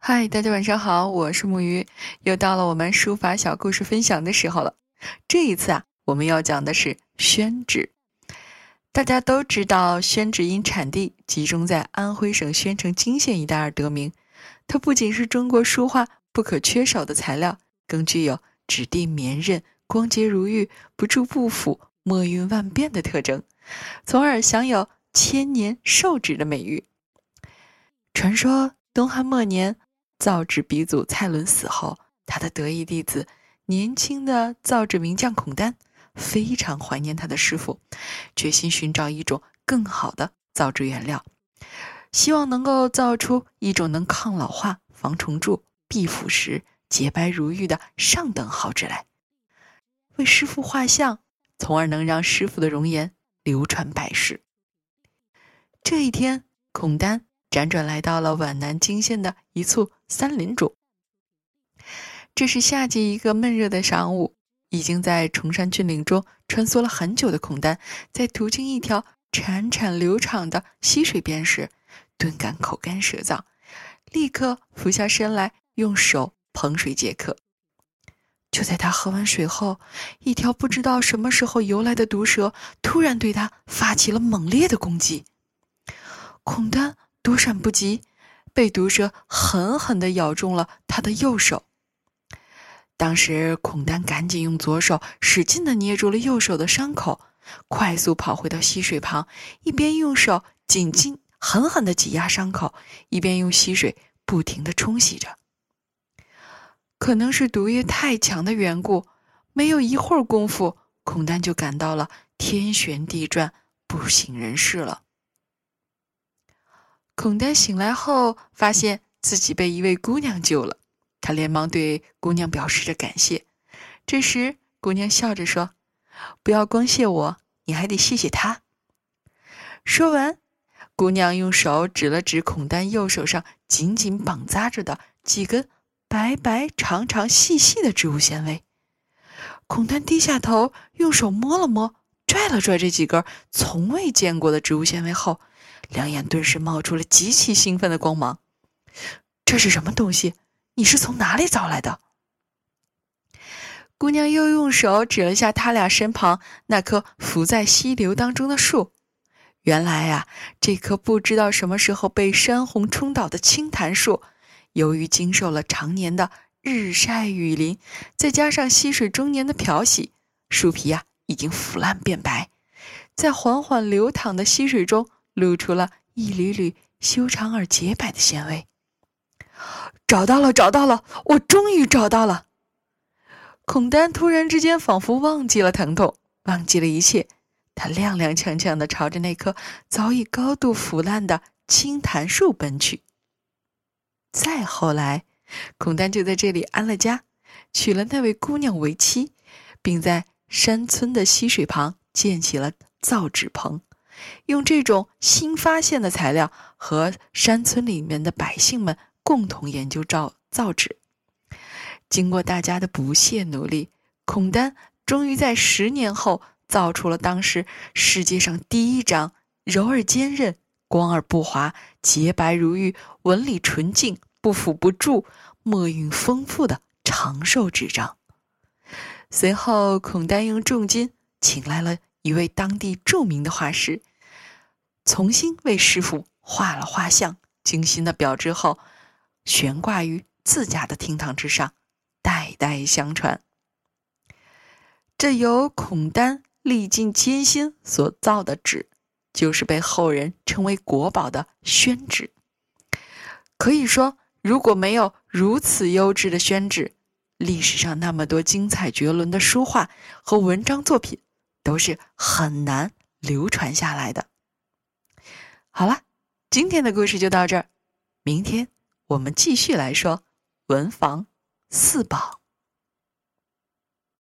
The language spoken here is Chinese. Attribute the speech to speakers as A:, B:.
A: 嗨，大家晚上好，我是木鱼，又到了我们书法小故事分享的时候了。这一次我们要讲的是宣纸。大家都知道，宣纸因产地集中在安徽省宣城泾县一带而得名。它不仅是中国书画不可缺少的材料，更具有质地绵韧、光洁如玉、不住不腐、墨韵万变的特征，从而享有千年寿纸的美誉。传说东汉末年，造纸鼻祖蔡伦死后，他的得意弟子年轻的造纸名将孔丹非常怀念他的师傅，决心寻找一种更好的造纸原料，希望能够造出一种能抗老化、防虫蛀、避腐蚀、洁白如玉的上等好纸来，为师傅画像，从而能让师傅的容颜流传百世。这一天，孔丹辗转来到了皖南泾县的一簇三林渚。这是夏季一个闷热的晌午，已经在崇山峻岭中穿梭了很久的孔丹，在途经一条潺潺流淌的溪水边时，顿感口干舌燥，立刻俯下身来，用手捧水解渴。就在他喝完水后，一条不知道什么时候游来的毒蛇突然对他发起了猛烈的攻击。孔丹躲闪不及，被毒蛇狠狠地咬中了他的右手。当时孔丹赶紧用左手使劲地捏住了右手的伤口，快速跑回到溪水旁，一边用手狠狠地挤压伤口，一边用溪水不停地冲洗着。可能是毒液太强的缘故，没有一会儿功夫，孔丹就感到了天旋地转，不省人事了。孔丹醒来后，发现自己被一位姑娘救了，他连忙对姑娘表示着感谢。这时姑娘笑着说：“不要光谢我，你还得谢谢他。”说完，姑娘用手指了指孔丹右手上紧紧绑扎着的几根白白长长细细的植物纤维。孔丹低下头，用手摸了摸，拽了拽这几根从未见过的植物纤维后，两眼顿时冒出了极其兴奋的光芒。这是什么东西？你是从哪里找来的？姑娘又用手指了下他俩身旁那棵浮在溪流当中的树。原来啊，这棵不知道什么时候被山洪冲倒的青檀树，由于经受了常年的日晒雨淋，再加上溪水终年的漂洗，树皮已经腐烂变白，在缓缓流淌的溪水中露出了一缕缕修长而洁白的纤维。找到了，我终于找到了！孔丹突然之间仿佛忘记了疼痛，忘记了一切，他踉踉跄跄地朝着那棵早已高度腐烂的青檀树奔去。再后来，孔丹就在这里安了家，娶了那位姑娘为妻，并在山村的溪水旁建起了造纸棚，用这种新发现的材料和山村里面的百姓们共同研究造纸。经过大家的不懈努力，孔丹终于在10年后造出了当时世界上第一张柔而坚韧、光而不滑、洁白如玉、纹理纯净、不腐不蛀、墨韵丰富的长寿纸张。随后孔丹用重金请来了一位当地著名的画师，重新为师傅画了画像，精心的裱制后，悬挂于自家的厅堂之上，代代相传。这由孔丹历尽艰辛所造的纸，就是被后人称为国宝的宣纸。可以说，如果没有如此优质的宣纸，历史上那么多精彩绝伦的书画和文章作品都是很难流传下来的。好了，今天的故事就到这儿，明天我们继续来说文房四宝。